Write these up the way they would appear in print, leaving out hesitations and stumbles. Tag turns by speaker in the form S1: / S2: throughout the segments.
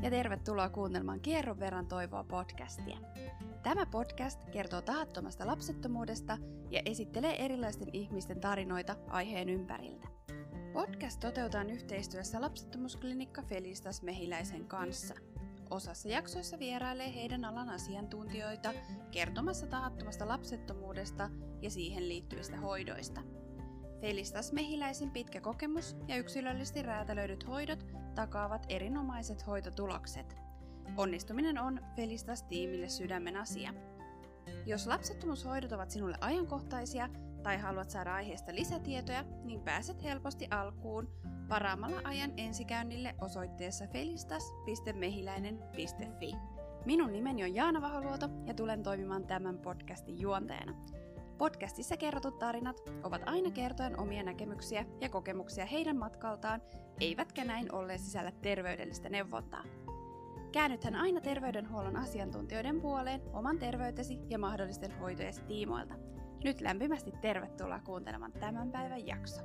S1: ja tervetuloa kuuntelemaan Kierron verran toivoa podcastia. Tämä podcast kertoo tahattomasta lapsettomuudesta ja esittelee erilaisten ihmisten tarinoita aiheen ympäriltä. Podcast toteutetaan yhteistyössä lapsettomuusklinikka Felistas Mehiläisen kanssa. Osassa jaksoissa vierailee heidän alan asiantuntijoita kertomassa tahattomasta lapsettomuudesta ja siihen liittyvistä hoidoista. Felistas Mehiläisen pitkä kokemus ja yksilöllisesti räätälöidyt hoidot takaavat erinomaiset hoitotulokset. Onnistuminen on Felistas-tiimille sydämen asia. Jos lapsettomuushoidot ovat sinulle ajankohtaisia tai haluat saada aiheesta lisätietoja, niin pääset helposti alkuun varaamalla ajan ensikäynnille osoitteessa felistas.mehiläinen.fi. Minun nimeni on Jaana Vaholuoto ja tulen toimimaan tämän podcastin juontajana. Podcastissa kerrotut tarinat ovat aina kertoen omia näkemyksiä ja kokemuksia heidän matkaltaan, eivätkä näin ollen sisällä terveydellistä neuvontaa. Käännythän aina terveydenhuollon asiantuntijoiden puoleen oman terveytesi ja mahdollisten hoitojesi tiimoilta. Nyt lämpimästi tervetuloa kuuntelemaan tämän päivän jakso.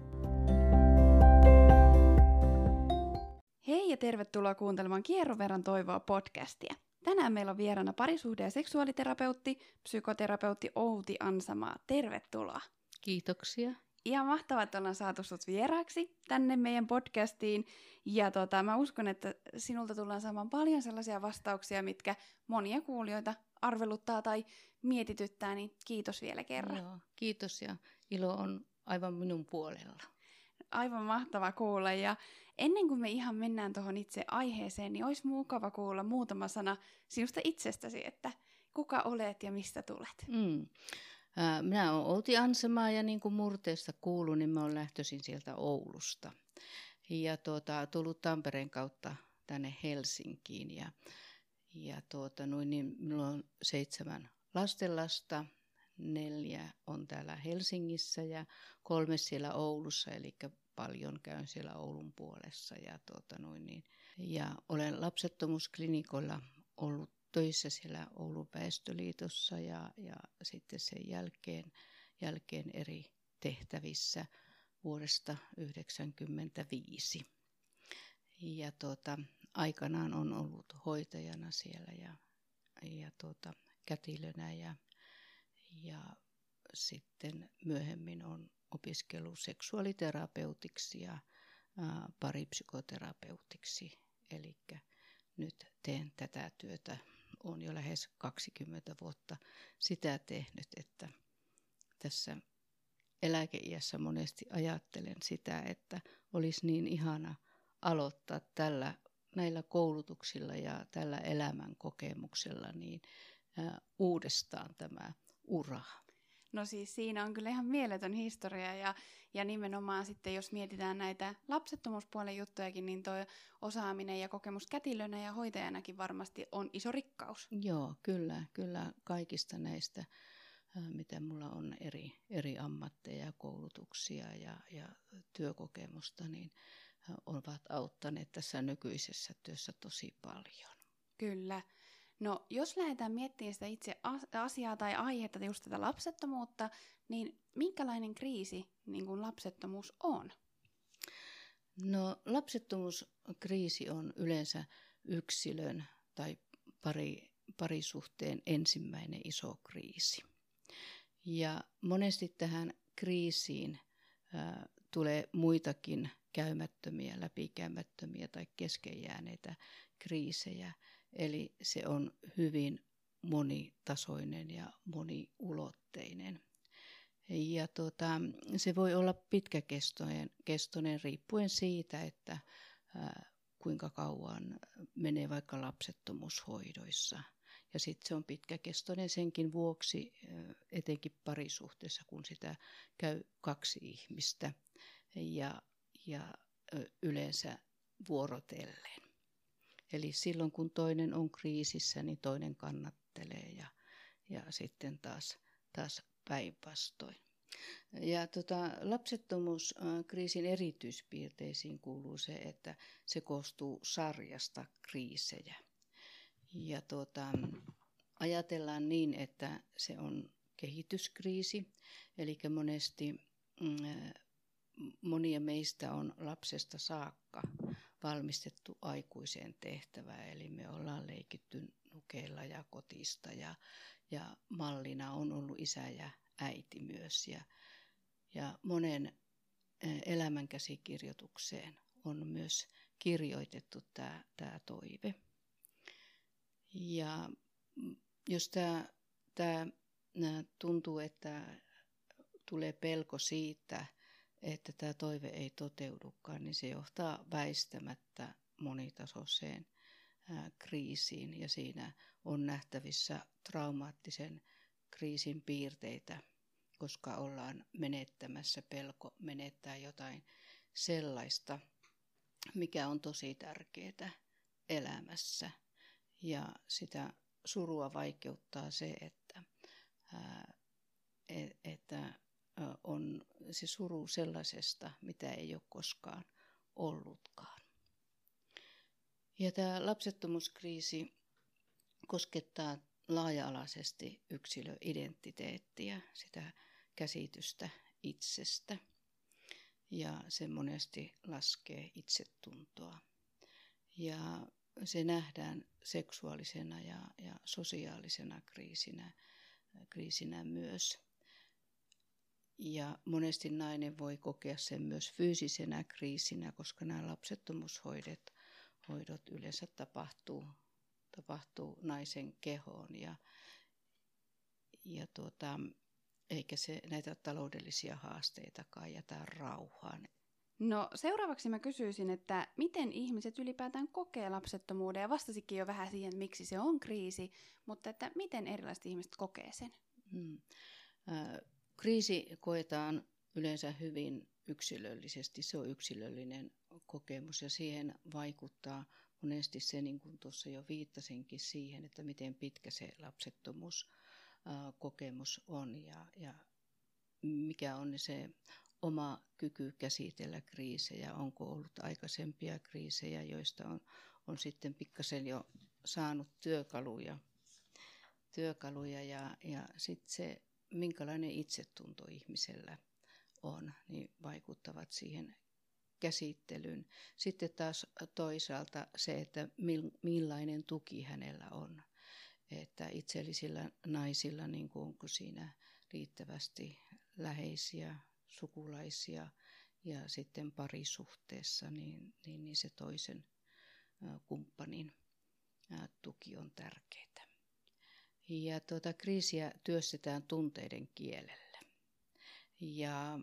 S1: Hei ja tervetuloa kuuntelemaan Kierron verran toivoa podcastia. Tänään meillä on vieraana parisuhde- ja seksuaaliterapeutti, psykoterapeutti Outi Ansamaa. Tervetuloa.
S2: Kiitoksia.
S1: Ihan mahtavaa, että ollaan saatu sut vieraaksi tänne meidän podcastiin. Ja mä uskon, että sinulta tullaan saamaan paljon sellaisia vastauksia, mitkä monia kuulijoita arveluttaa tai mietityttää, niin kiitos vielä kerran.
S2: Joo, kiitos ja ilo on aivan minun puolella.
S1: Aivan mahtava kuulla, ja ennen kuin me ihan mennään tuohon itse aiheeseen, niin olisi mukava kuulla muutama sana sinusta itsestäsi, että kuka olet ja mistä tulet.
S2: Minä olen Outi Ansamaa ja niin kuin murteesta kuuluu, niin mä olen lähtöisin sieltä Oulusta. Ja tullut Tampereen kautta tänne Helsinkiin ja niin minulla on 7 lastenlasta. 4 on täällä Helsingissä ja 3 siellä Oulussa, eli paljon käyn siellä Oulun puolessa. Ja olen lapsettomuusklinikolla ollut töissä siellä Oulun väestöliitossa ja sitten sen jälkeen eri tehtävissä vuodesta 1995. Ja aikanaan on ollut hoitajana siellä ja kätilönä ja sitten myöhemmin on opiskellut seksuaaliterapeutiksi ja paripsykoterapeutiksi. Eli nyt teen tätä työtä. Olen jo lähes 20 vuotta sitä tehnyt, että tässä eläkeiässä monesti ajattelen sitä, että olisi niin ihana aloittaa näillä koulutuksilla ja tällä elämän kokemuksella niin uudestaan tämä ura.
S1: No siis siinä on kyllä ihan mieletön historia ja nimenomaan sitten jos mietitään näitä lapsettomuuspuolen juttujakin, niin tuo osaaminen ja kokemus kätilönä ja hoitajanakin varmasti on iso rikkaus.
S2: Joo, kyllä kaikista näistä, mitä mulla on eri ammatteja, koulutuksia ja työkokemusta, niin ovat auttaneet tässä nykyisessä työssä tosi paljon.
S1: Kyllä. No, jos lähdetään miettimään sitä itse asiaa tai aihetta, just tätä lapsettomuutta, niin minkälainen kriisi niin kuin lapsettomuus on?
S2: No, lapsettomuuskriisi on yleensä yksilön tai parisuhteen ensimmäinen iso kriisi. Ja monesti tähän kriisiin tulee muitakin läpikäymättömiä tai keskenjääneitä kriisejä. Eli se on hyvin monitasoinen ja moniulotteinen. Ja se voi olla pitkäkestoinen riippuen siitä, että kuinka kauan menee vaikka lapsettomuushoidoissa. Ja sitten se on pitkäkestoinen senkin vuoksi, etenkin parisuhteessa, kun sitä käy 2 ihmistä ja yleensä vuorotellen. Eli silloin kun toinen on kriisissä, niin toinen kannattelee ja sitten taas päinvastoin. Ja lapsettomuuskriisin erityispiirteisiin kuuluu se, että se koostuu sarjasta kriisejä. Ja ajatellaan niin, että se on kehityskriisi, eli monesti monia meistä on lapsesta saakka valmistettu aikuiseen tehtävään. Eli me ollaan leikitty nukeilla ja kotista ja mallina on ollut isä ja äiti myös. Ja monen elämänkäsikirjoitukseen on myös kirjoitettu tämä toive. Ja jos tämä tuntuu, että tulee pelko siitä, että tämä toive ei toteudukaan, niin se johtaa väistämättä monitasoiseen kriisiin. Ja siinä on nähtävissä traumaattisen kriisin piirteitä, koska ollaan menettämässä, pelko menettää jotain sellaista, mikä on tosi tärkeää elämässä. Ja sitä surua vaikeuttaa se, että on se suru sellaisesta, mitä ei ole koskaan ollutkaan. Ja tämä lapsettomuuskriisi koskettaa laaja-alaisesti yksilöidentiteettiä, sitä käsitystä itsestä. Ja se monesti laskee itsetuntoa. Ja se nähdään seksuaalisena ja sosiaalisena kriisinä myös. Ja monesti nainen voi kokea sen myös fyysisenä kriisinä, koska nämä lapsettomuushoidot yleensä tapahtuu naisen kehoon eikä se näitä taloudellisia haasteitakaan jätä rauhaan.
S1: No seuraavaksi mä kysyisin, että miten ihmiset ylipäätään kokee lapsettomuuden, ja vastasikin jo vähän siihen, että miksi se on kriisi, mutta että miten erilaiset ihmiset kokee sen?
S2: Kriisi koetaan yleensä hyvin yksilöllisesti, se on yksilöllinen kokemus ja siihen vaikuttaa monesti se, niin kuin tuossa jo viittasinkin siihen, että miten pitkä se lapsettomuuskokemus on ja mikä on se oma kyky käsitellä kriisejä, onko ollut aikaisempia kriisejä, joista on sitten pikkasen jo saanut työkaluja ja sitten se, minkälainen itsetunto ihmisellä on, niin vaikuttavat siihen käsittelyyn. Sitten taas toisaalta se, että millainen tuki hänellä on. Että itsellisillä naisilla, niin kuin onko siinä riittävästi läheisiä, sukulaisia ja sitten parisuhteessa, niin se toisen kumppanin tuki on tärkeää. Ja kriisiä työstetään tunteiden kielellä. Ja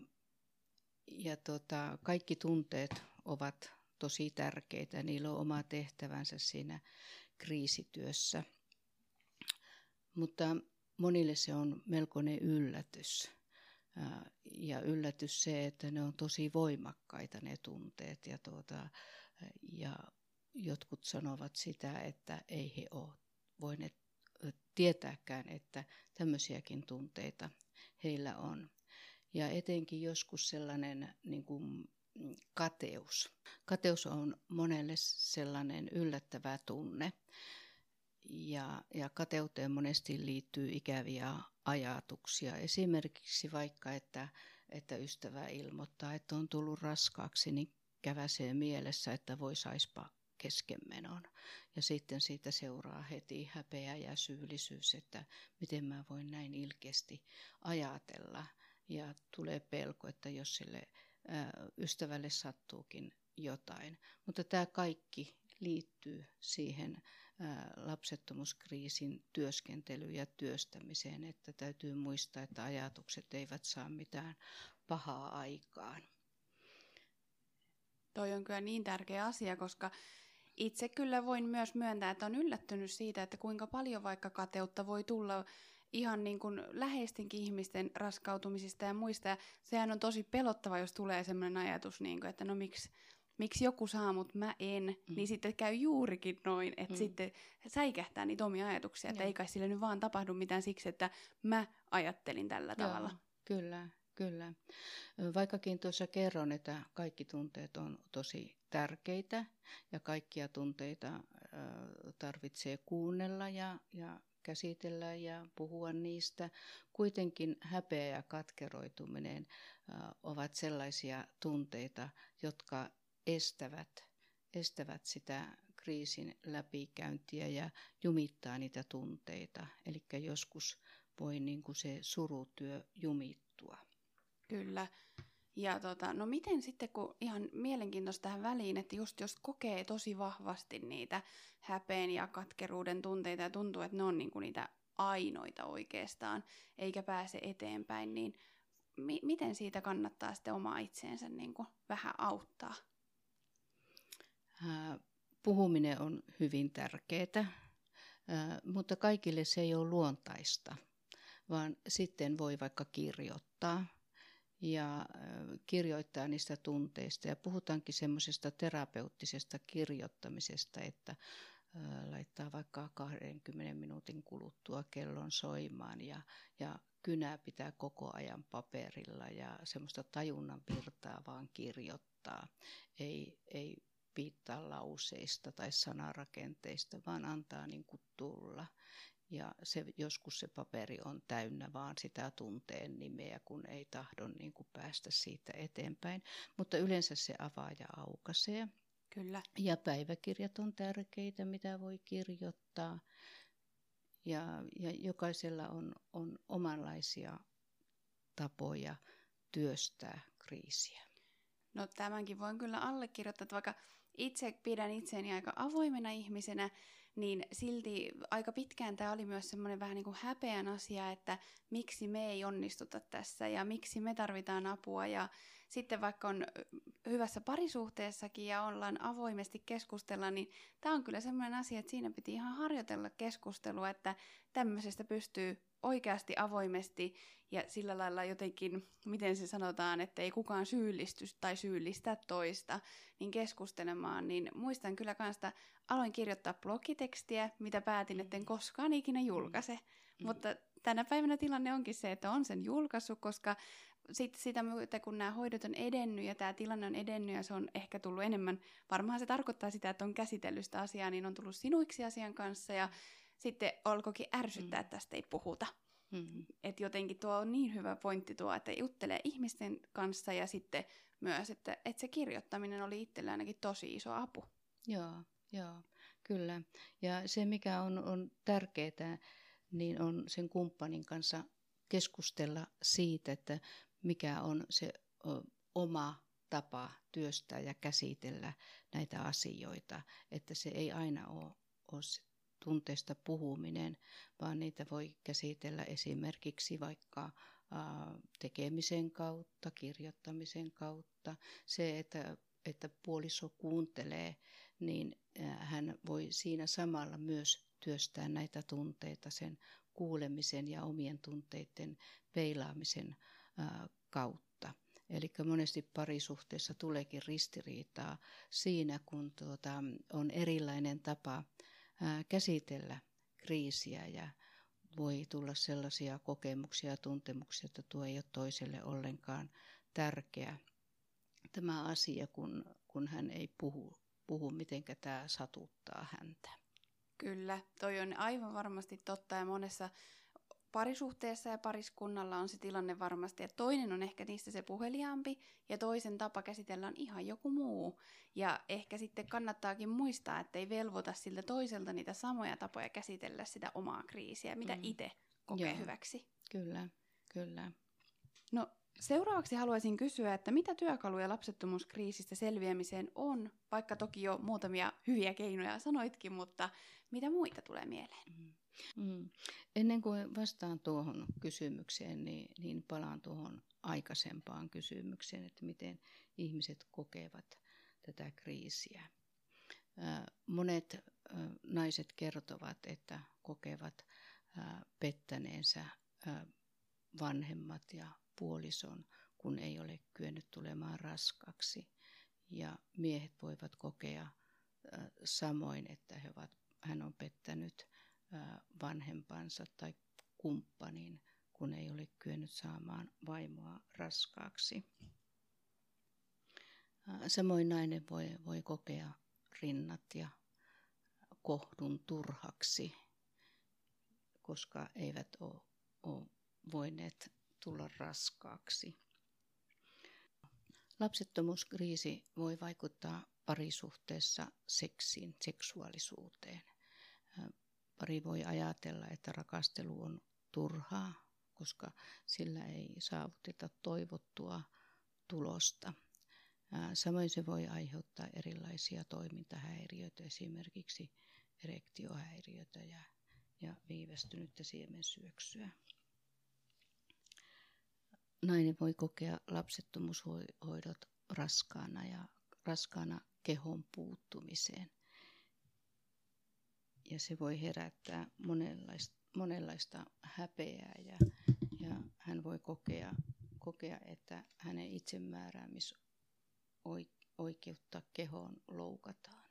S2: kaikki tunteet ovat tosi tärkeitä. Niillä on oma tehtävänsä siinä kriisityössä. Mutta monille se on melkoinen yllätys. Ja yllätys se, että ne on tosi voimakkaita ne tunteet. Ja jotkut sanovat sitä, että ei he ole voineet tietääkään, että tämmöisiäkin tunteita heillä on. Ja etenkin joskus sellainen niin kuin kateus. Kateus on monelle sellainen yllättävä tunne. Ja kateuteen monesti liittyy ikäviä ajatuksia. Esimerkiksi vaikka, että ystävä ilmoittaa, että on tullut raskaaksi, niin käväsee mielessä, että saispa keskenmenon. Ja sitten siitä seuraa heti häpeä ja syyllisyys, että miten mä voin näin ilkeästi ajatella. Ja tulee pelko, että jos sille ystävälle sattuukin jotain. Mutta tämä kaikki liittyy siihen lapsettomuuskriisin työskentelyyn ja työstämiseen, että täytyy muistaa, että ajatukset eivät saa mitään pahaa aikaan.
S1: Toi on kyllä niin tärkeä asia, koska itse kyllä voin myös myöntää, että on yllättynyt siitä, että kuinka paljon vaikka kateutta voi tulla ihan niin kuin läheistenkin ihmisten raskautumisista ja muista. Ja sehän on tosi pelottava, jos tulee sellainen ajatus, niin kuin, että no miksi joku saa, mutta mä en. Niin sitten käy juurikin noin, että sitten säikähtää niitä omia ajatuksia. Että ei kai sille nyt vaan tapahdu mitään siksi, että mä ajattelin tällä tavalla.
S2: Kyllä. Vaikkakin tuossa kerron, että kaikki tunteet on tosi tärkeitä ja kaikkia tunteita tarvitsee kuunnella ja käsitellä ja puhua niistä. Kuitenkin häpeä ja katkeroituminen ovat sellaisia tunteita, jotka estävät estävät sitä kriisin läpikäyntiä ja jumittaa niitä tunteita. Eli joskus voi niin kuin se surutyö jumittua.
S1: Kyllä. Ja no miten sitten, kun ihan mielenkiintoista tähän väliin, että just jos kokee tosi vahvasti niitä häpeen ja katkeruuden tunteita ja tuntuu, että ne on niinku niitä ainoita oikeastaan, eikä pääse eteenpäin, niin miten siitä kannattaa sitten omaa itseensä niinku vähän auttaa?
S2: Puhuminen on hyvin tärkeää, mutta kaikille se ei ole luontaista, vaan sitten voi vaikka kirjoittaa ja kirjoittaa niistä tunteista. Ja puhutaankin semmoisesta terapeuttisesta kirjoittamisesta, että laittaa vaikka 20 minuutin kuluttua kellon soimaan ja kynää pitää koko ajan paperilla ja semmoista tajunnan virtaa vaan kirjoittaa. Ei piittaa lauseista tai sanarakenteista, vaan antaa niin kuin tulla. Ja joskus se paperi on täynnä vaan sitä tunteen nimeä, kun ei tahdo niin kuin päästä siitä eteenpäin. Mutta yleensä se avaa ja aukaisee.
S1: Kyllä.
S2: Ja päiväkirjat on tärkeitä, mitä voi kirjoittaa. Ja jokaisella on omanlaisia tapoja työstää kriisiä.
S1: No tämänkin voin kyllä allekirjoittaa, että vaikka itse pidän itseäni aika avoimena ihmisenä, niin silti aika pitkään tämä oli myös semmoinen vähän niin kuin häpeän asia, että miksi me ei onnistuta tässä ja miksi me tarvitaan apua. Ja sitten vaikka on hyvässä parisuhteessakin ja ollaan avoimesti keskustella, niin tämä on kyllä semmoinen asia, että siinä piti ihan harjoitella keskustelua, että tämmöisestä pystyy oikeasti avoimesti ja sillä lailla jotenkin, miten se sanotaan, että ei kukaan syyllisty tai syyllistä toista, niin keskustelemaan. Niin muistan kyllä kanssa, aloin kirjoittaa blogitekstiä, mitä päätin, että en koskaan ikinä julkaise. Mutta tänä päivänä tilanne onkin se, että on sen julkaissut, koska sitten sitä myötä, kun nämä hoidot on edennyt ja tämä tilanne on edennyt ja se on ehkä tullut enemmän, varmaan se tarkoittaa sitä, että on käsitellyt sitä asiaa, niin on tullut sinuiksi asian kanssa ja sitten alkoikin ärsyttää, että tästä ei puhuta. Että jotenkin tuo on niin hyvä pointti tuo, että juttelee ihmisten kanssa ja sitten myös, että se kirjoittaminen oli itselle ainakin tosi iso apu.
S2: Joo, kyllä. Ja se, mikä on tärkeää, niin on sen kumppanin kanssa keskustella siitä, että mikä on se oma tapa työstää ja käsitellä näitä asioita. Että se ei aina ole tunteista puhuminen, vaan niitä voi käsitellä esimerkiksi vaikka tekemisen kautta, kirjoittamisen kautta. Se, että puoliso kuuntelee, niin hän voi siinä samalla myös työstää näitä tunteita sen kuulemisen ja omien tunteiden peilaamisen kautta. Eli monesti parisuhteessa tuleekin ristiriitaa siinä, kun on erilainen tapa käsitellä kriisiä ja voi tulla sellaisia kokemuksia ja tuntemuksia, että tuo ei ole toiselle ollenkaan tärkeä tämä asia, kun hän ei puhu mitenkä tämä satuttaa häntä.
S1: Kyllä, toi on aivan varmasti totta ja monessa parisuhteessa ja pariskunnalla on se tilanne varmasti, että toinen on ehkä niistä se puheliaampi ja toisen tapa käsitellä on ihan joku muu. Ja ehkä sitten kannattaakin muistaa, että ei velvoita siltä toiselta niitä samoja tapoja käsitellä sitä omaa kriisiä, mitä itse kokee hyväksi.
S2: Kyllä.
S1: No seuraavaksi haluaisin kysyä, että mitä työkaluja lapsettomuuskriisistä selviämiseen on, vaikka toki jo muutamia hyviä keinoja sanoitkin, mutta mitä muita tulee mieleen?
S2: Ennen kuin vastaan tuohon kysymykseen, niin palaan tuohon aikaisempaan kysymykseen, että miten ihmiset kokevat tätä kriisiä. Monet naiset kertovat, että kokevat pettäneensä vanhemmat ja puolison, kun ei ole kyennyt tulemaan raskaaksi. Ja miehet voivat kokea samoin, että hän on pettänyt vanhempansa tai kumppanin, kun ei ole kyennyt saamaan vaimoa raskaaksi. Samoin nainen voi kokea rinnat ja kohdun turhaksi, koska eivät ole voineet tulla raskaaksi. Lapsettomuuskriisi voi vaikuttaa parisuhteessa seksiin, seksuaalisuuteen. Pari voi ajatella, että rakastelu on turhaa, koska sillä ei saavuteta toivottua tulosta. Samoin se voi aiheuttaa erilaisia toimintahäiriöitä, esimerkiksi erektiohäiriötä ja viivästynyttä siemensyöksyä. Nainen voi kokea lapsettomuushoidot raskaana kehon puuttumiseen. Ja se voi herättää monenlaista häpeää ja hän voi kokea, että hänen itsemääräämisoikeutta kehoon loukataan.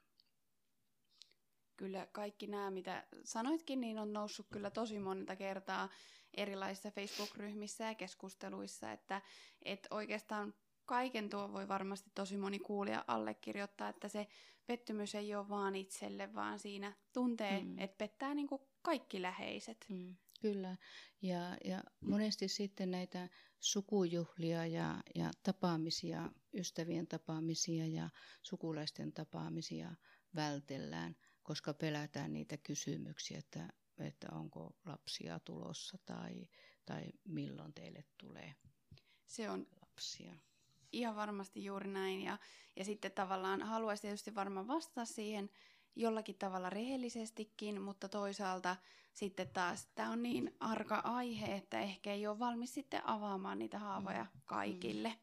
S1: Kyllä kaikki nämä, mitä sanoitkin, niin on noussut kyllä tosi monta kertaa erilaisissa Facebook-ryhmissä ja keskusteluissa, että oikeastaan kaiken tuo voi varmasti tosi moni kuulija allekirjoittaa, että se pettymys ei ole vaan itselle, vaan siinä tuntee, että pettää niin kuin kaikki läheiset.
S2: Kyllä, ja monesti sitten näitä sukujuhlia ja tapaamisia, ystävien tapaamisia ja sukulaisten tapaamisia vältellään, koska pelätään niitä kysymyksiä, että onko lapsia tulossa tai milloin teille tulee
S1: se on
S2: lapsia.
S1: Ihan varmasti juuri näin. Ja sitten tavallaan haluaisi tietysti varmaan vastata siihen jollakin tavalla rehellisestikin, mutta toisaalta sitten taas tämä on niin arka aihe, että ehkä ei ole valmis sitten avaamaan niitä haavoja kaikille.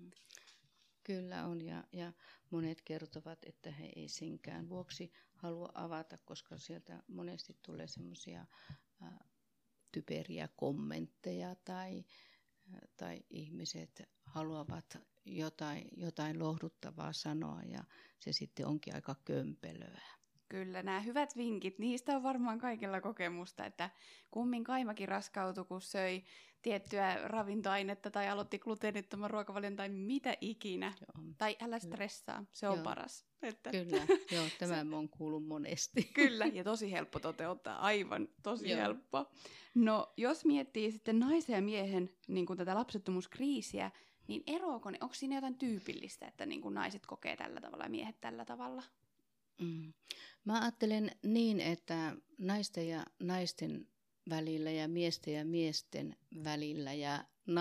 S2: Kyllä on, ja monet kertovat, että he ei senkään vuoksi halua avata, koska sieltä monesti tulee semmoisia typeriä kommentteja tai ihmiset haluavat jotain lohduttavaa sanoa ja se sitten onkin aika kömpelöä.
S1: Kyllä, nämä hyvät vinkit, niistä on varmaan kaikilla kokemusta, että kummin Kaimakin raskautui, kun söi tiettyä ravintoainetta tai aloitti gluteenittoman ruokavalion tai mitä ikinä.
S2: Joo,
S1: tai älä stressaa, se on paras. Että
S2: Kyllä, joo, tämän olen kuullut monesti.
S1: Kyllä, ja tosi helppo toteuttaa, aivan tosi helppo. No, jos miettii sitten naisen ja miehen niin kuin tätä lapsettomuuskriisiä, niin eroako ne, onko siinä jotain tyypillistä, että niin kuin naiset kokee tällä tavalla ja miehet tällä tavalla?
S2: Mä ajattelen niin, että naisten ja naisten välillä ja miesten välillä ja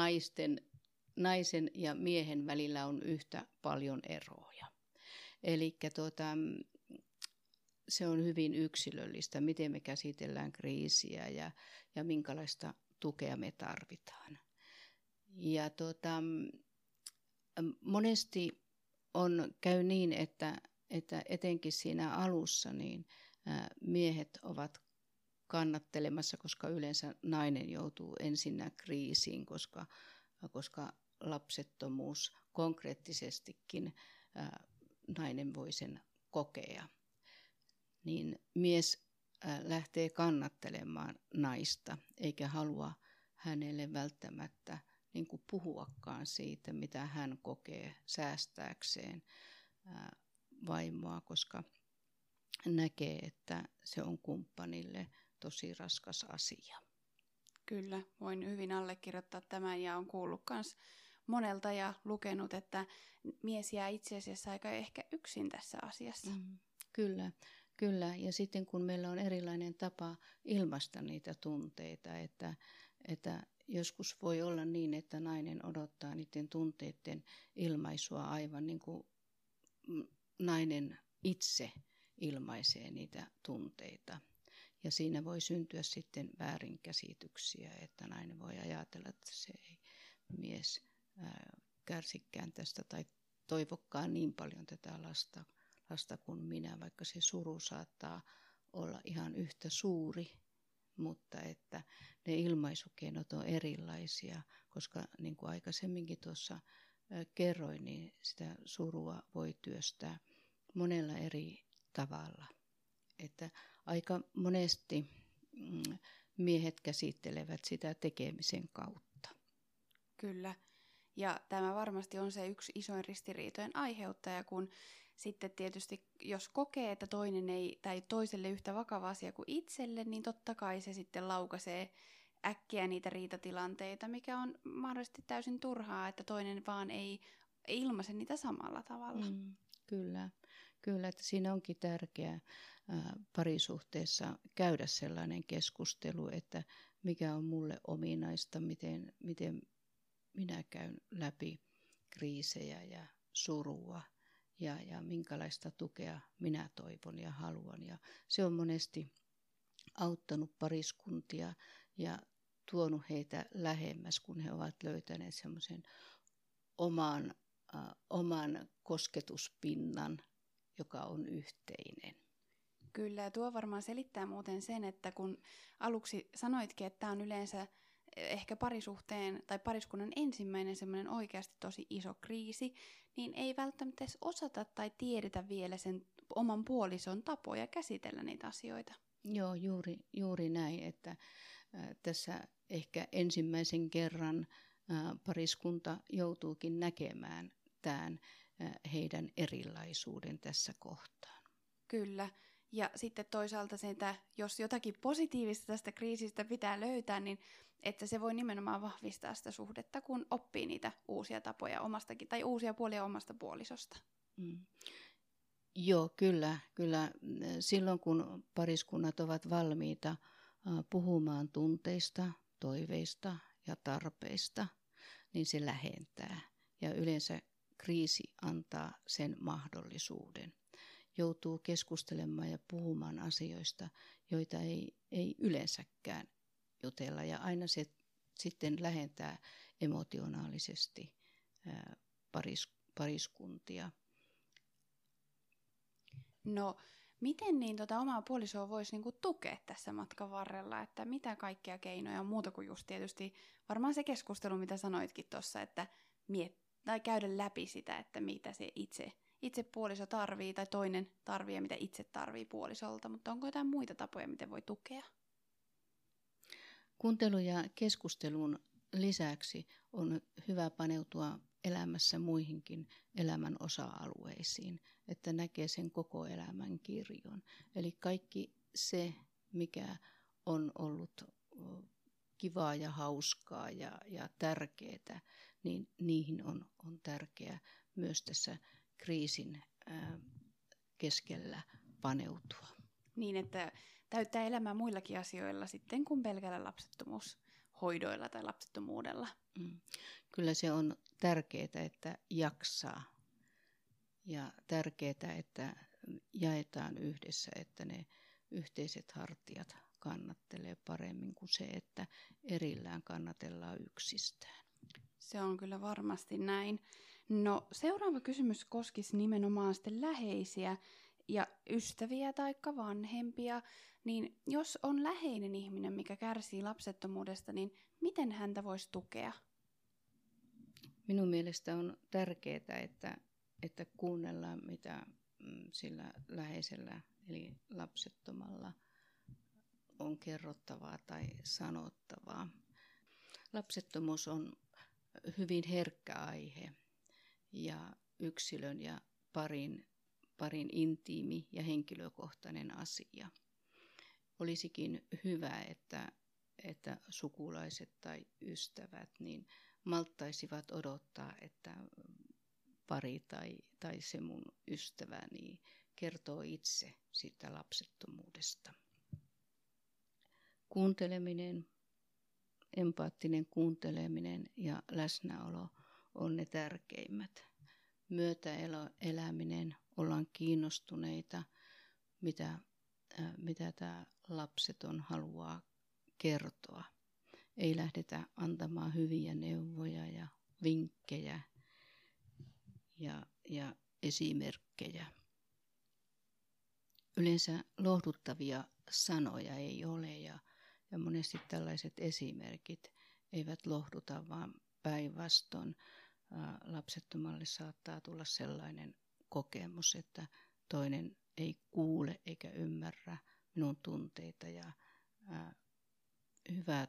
S2: naisen ja miehen välillä on yhtä paljon eroja. Eli se on hyvin yksilöllistä, miten me käsitellään kriisiä ja minkälaista tukea me tarvitaan. Ja monesti käy niin, että etenkin siinä alussa niin miehet ovat kannattelemassa, koska yleensä nainen joutuu ensinnä kriisiin, koska lapsettomuus konkreettisestikin nainen voi sen kokea. Niin mies lähtee kannattelemaan naista, eikä halua hänelle välttämättä niin kuin puhuakaan siitä, mitä hän kokee säästääkseen vaimoa, koska näkee, että se on kumppanille tosi raskas asia.
S1: Kyllä, voin hyvin allekirjoittaa tämän ja olen kuullut myös monelta ja lukenut, että mies jää itse asiassa aika ehkä yksin tässä asiassa.
S2: Kyllä. Ja sitten kun meillä on erilainen tapa ilmaista niitä tunteita, että joskus voi olla niin, että nainen odottaa niiden tunteiden ilmaisua aivan niin kuin nainen itse ilmaisee niitä tunteita. Ja siinä voi syntyä sitten väärinkäsityksiä, että nainen voi ajatella, että se ei mies kärsikään tästä tai toivokkaan niin paljon tätä lasta kuin minä, vaikka se suru saattaa olla ihan yhtä suuri, mutta että ne ilmaisukeinot on erilaisia, koska niin kuin aikaisemminkin tuossa kerroin, niin sitä surua voi työstää monella eri tavalla. Että aika monesti miehet käsittelevät sitä tekemisen kautta.
S1: Kyllä. Ja tämä varmasti on se yksi isoin ristiriitojen aiheuttaja, kun sitten tietysti jos kokee, että toinen ei tai toiselle yhtä vakava asia kuin itselle, niin totta kai se sitten laukaisee äkkiä niitä riitatilanteita, mikä on mahdollisesti täysin turhaa, että toinen vaan ei ilmaise niitä samalla tavalla.
S2: Kyllä. Kyllä, että siinä onkin tärkeää parisuhteessa käydä sellainen keskustelu, että mikä on mulle ominaista, miten minä käyn läpi kriisejä ja surua ja minkälaista tukea minä toivon ja haluan. Ja se on monesti auttanut pariskuntia ja tuonut heitä lähemmäs, kun he ovat löytäneet semmoisen oman kosketuspinnan, joka on yhteinen.
S1: Kyllä, ja tuo varmaan selittää muuten sen, että kun aluksi sanoitkin, että tämä on yleensä ehkä parisuhteen tai pariskunnan ensimmäinen semmoinen oikeasti tosi iso kriisi, niin ei välttämättä edes osata tai tiedetä vielä sen oman puolison tapoja käsitellä niitä asioita.
S2: Joo, juuri näin, että tässä ehkä ensimmäisen kerran pariskunta joutuukin näkemään tämän heidän erilaisuuden tässä kohtaa.
S1: Kyllä. Ja sitten toisaalta sitä, jos jotakin positiivista tästä kriisistä pitää löytää, niin että se voi nimenomaan vahvistaa sitä suhdetta, kun oppii niitä uusia tapoja omastakin tai uusia puolia omasta puolisosta.
S2: Mm. Joo, kyllä. Silloin kun pariskunnat ovat valmiita puhumaan tunteista, toiveista ja tarpeista, niin se lähentää. Ja yleensä kriisi antaa sen mahdollisuuden. Joutuu keskustelemaan ja puhumaan asioista, joita ei yleensäkään jutella. Ja aina se sitten lähentää emotionaalisesti pariskuntia.
S1: No, miten niin omaa puolisoa voisi niinku tukea tässä matkan varrella, että mitä kaikkia keinoja on muuta kuin just tietysti varmaan se keskustelu, mitä sanoitkin tuossa, että tai käydä läpi sitä, että mitä se itse puoliso tarvii tai toinen tarvii ja mitä itse tarvii puolisolta, mutta onko jotain muita tapoja, miten voi tukea?
S2: Kuuntelun ja keskustelun lisäksi on hyvä paneutua elämässä muihinkin elämän osa-alueisiin, että näkee sen koko elämän kirjon. Eli kaikki se, mikä on ollut kivaa ja hauskaa ja tärkeää, niin niihin on tärkeää myös tässä kriisin keskellä paneutua.
S1: Niin, että täyttää elämää muillakin asioilla sitten kuin pelkällä lapsettomuushoidoilla tai lapsettomuudella.
S2: Kyllä se on tärkeää, että jaksaa ja tärkeää, että jaetaan yhdessä, että ne yhteiset hartiat kannattelee paremmin kuin se, että erillään kannatellaan yksistään.
S1: Se on kyllä varmasti näin. No, seuraava kysymys koskisi nimenomaan sitten läheisiä ja ystäviä tai vanhempia. Niin jos on läheinen ihminen, mikä kärsii lapsettomuudesta, niin miten häntä voisi tukea?
S2: Minun mielestä on tärkeää, että kuunnellaan, mitä sillä läheisellä eli lapsettomalla on kerrottavaa tai sanottavaa. Lapsettomuus on hyvin herkkä aihe ja yksilön ja parin intiimi ja henkilökohtainen asia. Olisikin hyvä, että sukulaiset tai ystävät niin malttaisivat odottaa, että pari tai se mun ystäväni kertoo itse siitä lapsettomuudesta. Kuunteleminen, empaattinen kuunteleminen ja läsnäolo on ne tärkeimmät. Myötäeläminen, ollaan kiinnostuneita, mitä tämä lapseton haluaa kertoa. Ei lähdetä antamaan hyviä neuvoja ja vinkkejä ja esimerkkejä. Yleensä lohduttavia sanoja ei ole ja monesti tällaiset esimerkit eivät lohduta, vaan päinvastoin lapsettomalle saattaa tulla sellainen kokemus, että toinen ei kuule eikä ymmärrä minun tunteita ja hyvät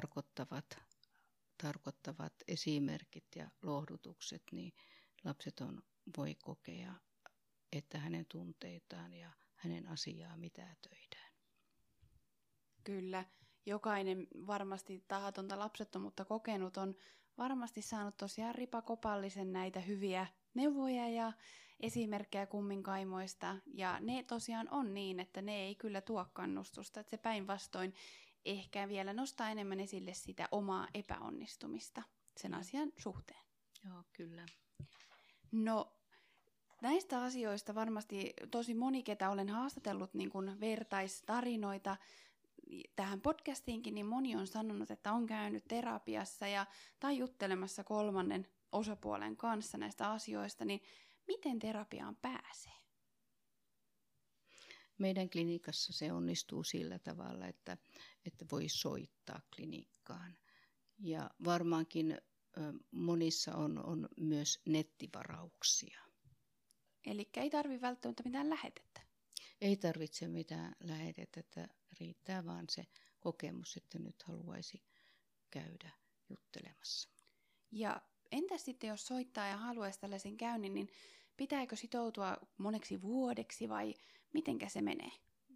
S2: tarkoittavat esimerkit ja lohdutukset, niin lapseton voi kokea, että hänen tunteitaan ja hänen asiaa mitätöidään.
S1: Kyllä, jokainen varmasti tahatonta lapsettomuutta kokenut on varmasti saanut tosiaan ripakopallisen näitä hyviä neuvoja ja esimerkkejä kumminkaimoista, ja ne tosiaan on niin, että ne ei kyllä tuo kannustusta, että se päinvastoin ehkä vielä nostaa enemmän esille sitä omaa epäonnistumista sen asian suhteen.
S2: Joo, kyllä.
S1: No, näistä asioista varmasti tosi moni, ketä olen haastatellut niin kuin vertaistarinoita tähän podcastiinkin, niin moni on sanonut, että on käynyt terapiassa tai juttelemassa kolmannen osapuolen kanssa näistä asioista, niin miten terapiaan pääsee?
S2: Meidän klinikassa se onnistuu sillä tavalla, että voi soittaa klinikkaan. Ja varmaankin monissa on myös nettivarauksia.
S1: Eli ei tarvitse välttämättä mitään lähetettä.
S2: Ei tarvitse mitään lähetettä, riittää vaan se kokemus, että nyt haluaisi käydä juttelemassa.
S1: Ja entäs sitten, jos soittaa ja haluaisi tällaisen käynnin, niin pitääkö sitoutua moneksi vuodeksi vai mitenkä se menee?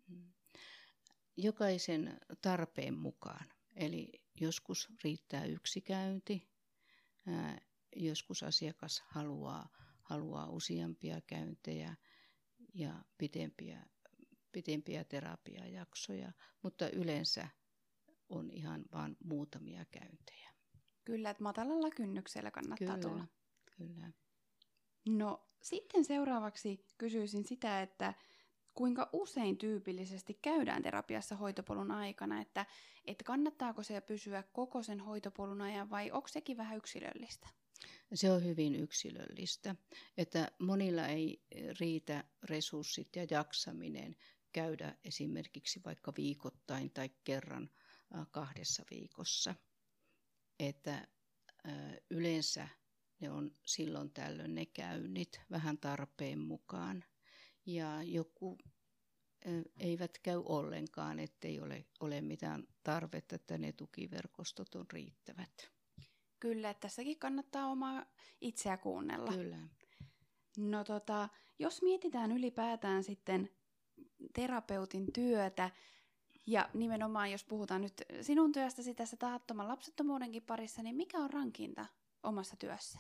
S2: Jokaisen tarpeen mukaan. Eli joskus riittää yksi käynti, joskus asiakas haluaa useampia käyntejä ja pidempiä terapiajaksoja, mutta yleensä on ihan vain muutamia käyntejä.
S1: Kyllä, että matalalla kynnyksellä kannattaa tulla.
S2: Kyllä.
S1: No sitten seuraavaksi kysyisin sitä, että kuinka usein tyypillisesti käydään terapiassa hoitopolun aikana, että kannattaako se pysyä koko sen hoitopolun ajan vai onko sekin vähän yksilöllistä?
S2: Se on hyvin yksilöllistä, että monilla ei riitä resurssit ja jaksaminen käydä esimerkiksi vaikka viikoittain tai kerran 2 viikossa. Että yleensä ne on silloin tällöin ne käynnit vähän tarpeen mukaan. Ja joku eivät käy ollenkaan, ettei ole mitään tarvetta, että ne tukiverkostot on riittävät.
S1: Kyllä, että tässäkin kannattaa omaa itseä kuunnella.
S2: Kyllä.
S1: No jos mietitään ylipäätään sitten terapeutin työtä, ja nimenomaan jos puhutaan nyt sinun työstäsi tässä tahattoman lapsettomuudenkin parissa, niin mikä on rankinta omassa työssä?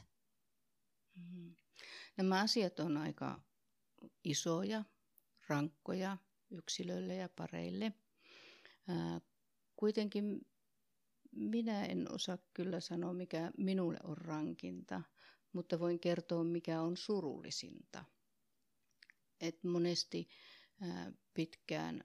S2: Nämä asiat on aika isoja, rankkoja yksilöille ja pareille. Kuitenkin minä en osaa kyllä sanoa, mikä minulle on rankinta, mutta voin kertoa, mikä on surullisinta. Et monesti pitkään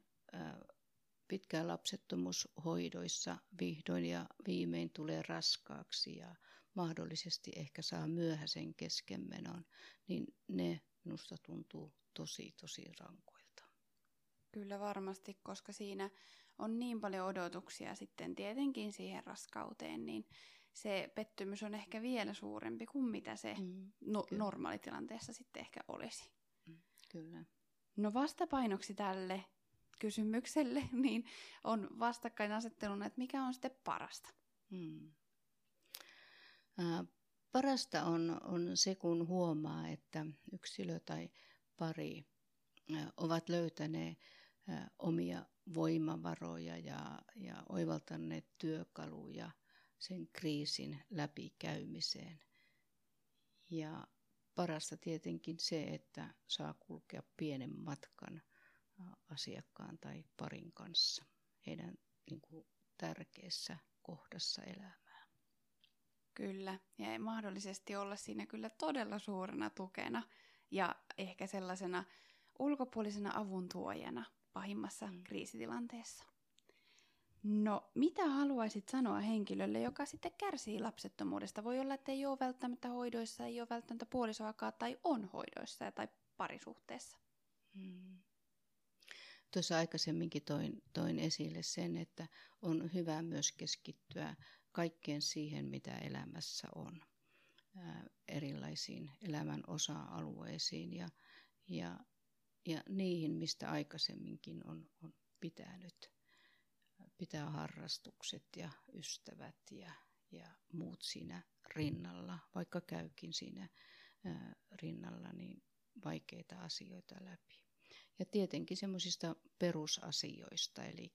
S2: lapsettomuushoidoissa vihdoin ja viimein tulee raskaaksi ja mahdollisesti ehkä saa myöhäisen keskenmenon, niin ne minusta tuntuu tosi rankoilta.
S1: Kyllä varmasti, koska siinä on niin paljon odotuksia sitten tietenkin siihen raskauteen, niin se pettymys on ehkä vielä suurempi kuin mitä se normaalitilanteessa sitten ehkä olisi.
S2: Kyllä.
S1: No vastapainoksi tälle kysymykselle niin on vastakkainasetteluna, että mikä on sitten parasta?
S2: Parasta on se, kun huomaa, että yksilö tai pari ovat löytäneet omia voimavaroja ja oivaltaneet työkaluja sen kriisin läpikäymiseen. Ja parasta tietenkin se, että saa kulkea pienen matkan asiakkaan tai parin kanssa heidän tärkeässä kohdassa elämää.
S1: Kyllä, ja mahdollisesti olla siinä kyllä todella suurena tukena ja ehkä sellaisena ulkopuolisena avuntuojana pahimmassa kriisitilanteessa. No, mitä haluaisit sanoa henkilölle, joka sitten kärsii lapsettomuudesta? Voi olla, että ei ole välttämättä hoidoissa, ei ole välttämättä puolisoakaan tai on hoidoissa tai parisuhteessa.
S2: Tuossa aikaisemminkin toin esille sen, että on hyvä myös keskittyä kaikkeen siihen, mitä elämässä on, erilaisiin elämän osa-alueisiin ja niihin, mistä aikaisemminkin on pitänyt. Pitää harrastukset ja ystävät ja muut siinä rinnalla, vaikka käykin siinä rinnalla, niin vaikeita asioita läpi. Ja tietenkin semmoisista perusasioista, eli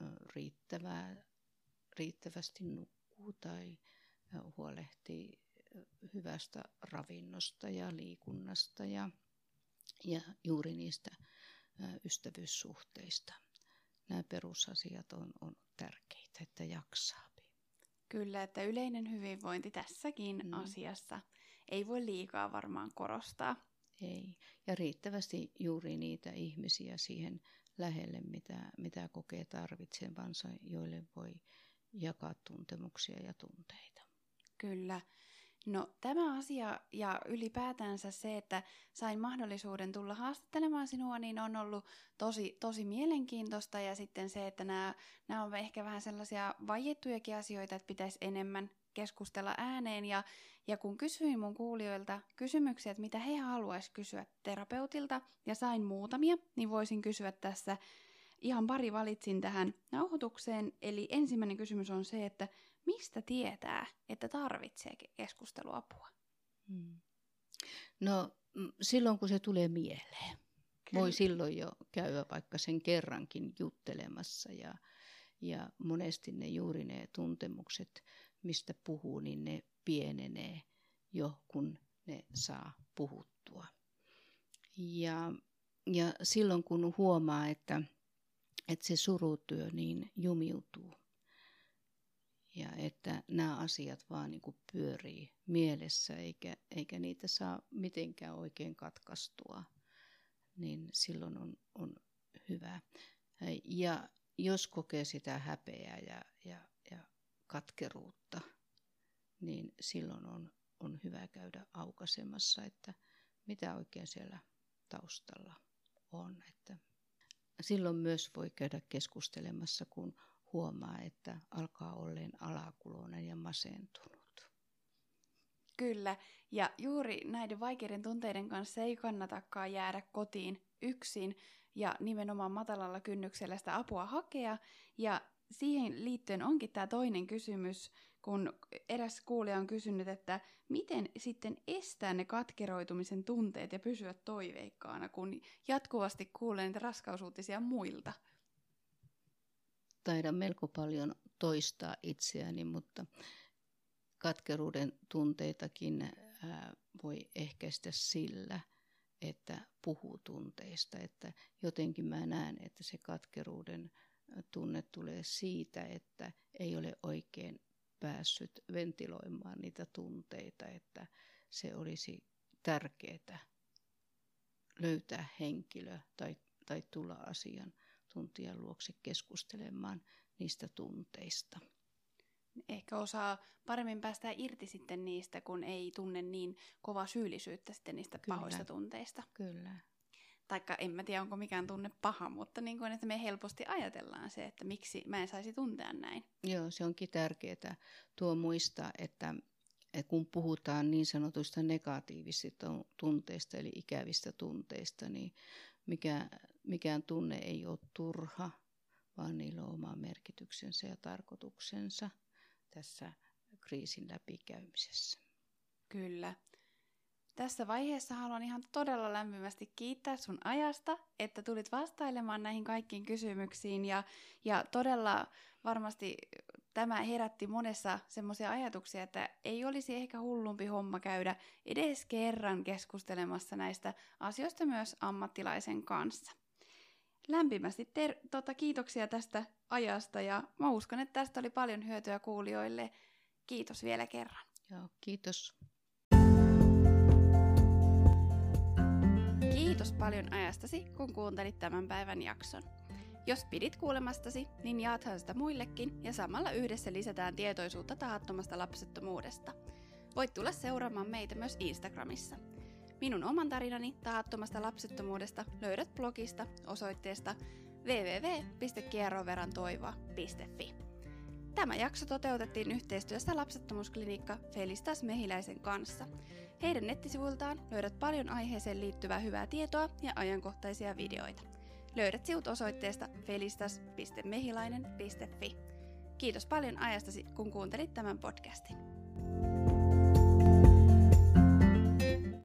S2: riittävästi nukkuu tai huolehtii hyvästä ravinnosta ja liikunnasta ja juuri niistä ystävyyssuhteista. Nämä perusasiat on tärkeitä, että jaksaa.
S1: Kyllä, että yleinen hyvinvointi tässäkin asiassa ei voi liikaa varmaan korostaa.
S2: Ei, ja riittävästi juuri niitä ihmisiä siihen lähelle, mitä kokee tarvitsevansa, joille voi jakaa tuntemuksia ja tunteita.
S1: Kyllä. No tämä asia ja ylipäätänsä se, että sain mahdollisuuden tulla haastattelemaan sinua, niin on ollut tosi mielenkiintoista. Ja sitten se, että nämä on ehkä vähän sellaisia vaiettujakin asioita, että pitäisi enemmän keskustella ääneen. Ja kun kysyin mun kuulijoilta kysymyksiä, että mitä he haluaisivat kysyä terapeutilta, ja sain muutamia, niin voisin kysyä tässä. Ihan pari valitsin tähän nauhoitukseen. Eli ensimmäinen kysymys on se, että mistä tietää, että tarvitsee keskusteluapua?
S2: No silloin, kun se tulee mieleen.
S1: Kyllä.
S2: Voi silloin jo käydä vaikka sen kerrankin juttelemassa ja monesti juuri ne tuntemukset, mistä puhuu, niin ne pienenee jo, kun ne saa puhuttua. Ja silloin, kun huomaa, että se surutyö niin jumiutuu ja että nämä asiat vaan niin kuin pyörii mielessä eikä niitä saa mitenkään oikein katkaistua, niin silloin on hyvä. Ja jos kokee sitä häpeää ja katkeruutta, niin silloin on hyvä käydä aukaisemassa, että mitä oikein siellä taustalla on. Että silloin myös voi käydä keskustelemassa, kun huomaa, että alkaa olleen alakuloinen ja masentunut.
S1: Kyllä, ja juuri näiden vaikeiden tunteiden kanssa ei kannatakaan jäädä kotiin yksin ja nimenomaan matalalla kynnyksellä sitä apua hakea. Ja siihen liittyen onkin tämä toinen kysymys, kun eräs kuulija on kysynyt, että miten sitten estää ne katkeroitumisen tunteet ja pysyä toiveikkaana, kun jatkuvasti kuulee niitä raskausuutisia muilta.
S2: Taidan melko paljon toistaa itseäni, mutta katkeruuden tunteitakin voi ehkäistä sillä, että puhuu tunteista. Että jotenkin mä näen, että se katkeruuden tunne tulee siitä, että ei ole oikein päässyt ventiloimaan niitä tunteita, että se olisi tärkeää löytää henkilö tai tulla asiantuntijan luokse keskustelemaan niistä tunteista.
S1: Ehkä osaa paremmin päästä irti sitten niistä, kun ei tunne niin kovaa syyllisyyttä sitten niistä pahoista tunteista.
S2: Kyllä.
S1: Taikka en mä tiedä, onko mikään tunne paha, mutta niin kuin, että me helposti ajatellaan se, että miksi mä en saisi tuntea näin.
S2: Joo, se onkin tärkeää tuo muistaa, että kun puhutaan niin sanotuista negatiivisista tunteista, eli ikävistä tunteista, niin mikään tunne ei ole turha, vaan niillä on oma merkityksensä ja tarkoituksensa tässä kriisin läpikäymisessä.
S1: Kyllä. Tässä vaiheessa haluan ihan todella lämpimästi kiittää sun ajasta, että tulit vastailemaan näihin kaikkiin kysymyksiin ja todella varmasti tämä herätti monessa semmoisia ajatuksia, että ei olisi ehkä hullumpi homma käydä edes kerran keskustelemassa näistä asioista myös ammattilaisen kanssa. Lämpimästi kiitoksia tästä ajasta ja mä uskon, että tästä oli paljon hyötyä kuulijoille. Kiitos vielä kerran.
S2: Joo, kiitos.
S1: Kiitos paljon ajastasi, kun kuuntelit tämän päivän jakson. Jos pidit kuulemastasi, niin jaathan sitä muillekin ja samalla yhdessä lisätään tietoisuutta tahattomasta lapsettomuudesta. Voit tulla seuraamaan meitä myös Instagramissa. Minun oman tarinani tahattomasta lapsettomuudesta löydät blogista osoitteesta www.kierroverantoivoa.fi. Tämä jakso toteutettiin yhteistyössä lapsettomuusklinikka Felistas Mehiläisen kanssa. Heidän nettisivuiltaan löydät paljon aiheeseen liittyvää hyvää tietoa ja ajankohtaisia videoita. Löydät sivut osoitteesta felistas.mehilainen.fi. Kiitos paljon ajastasi, kun kuuntelit tämän podcastin.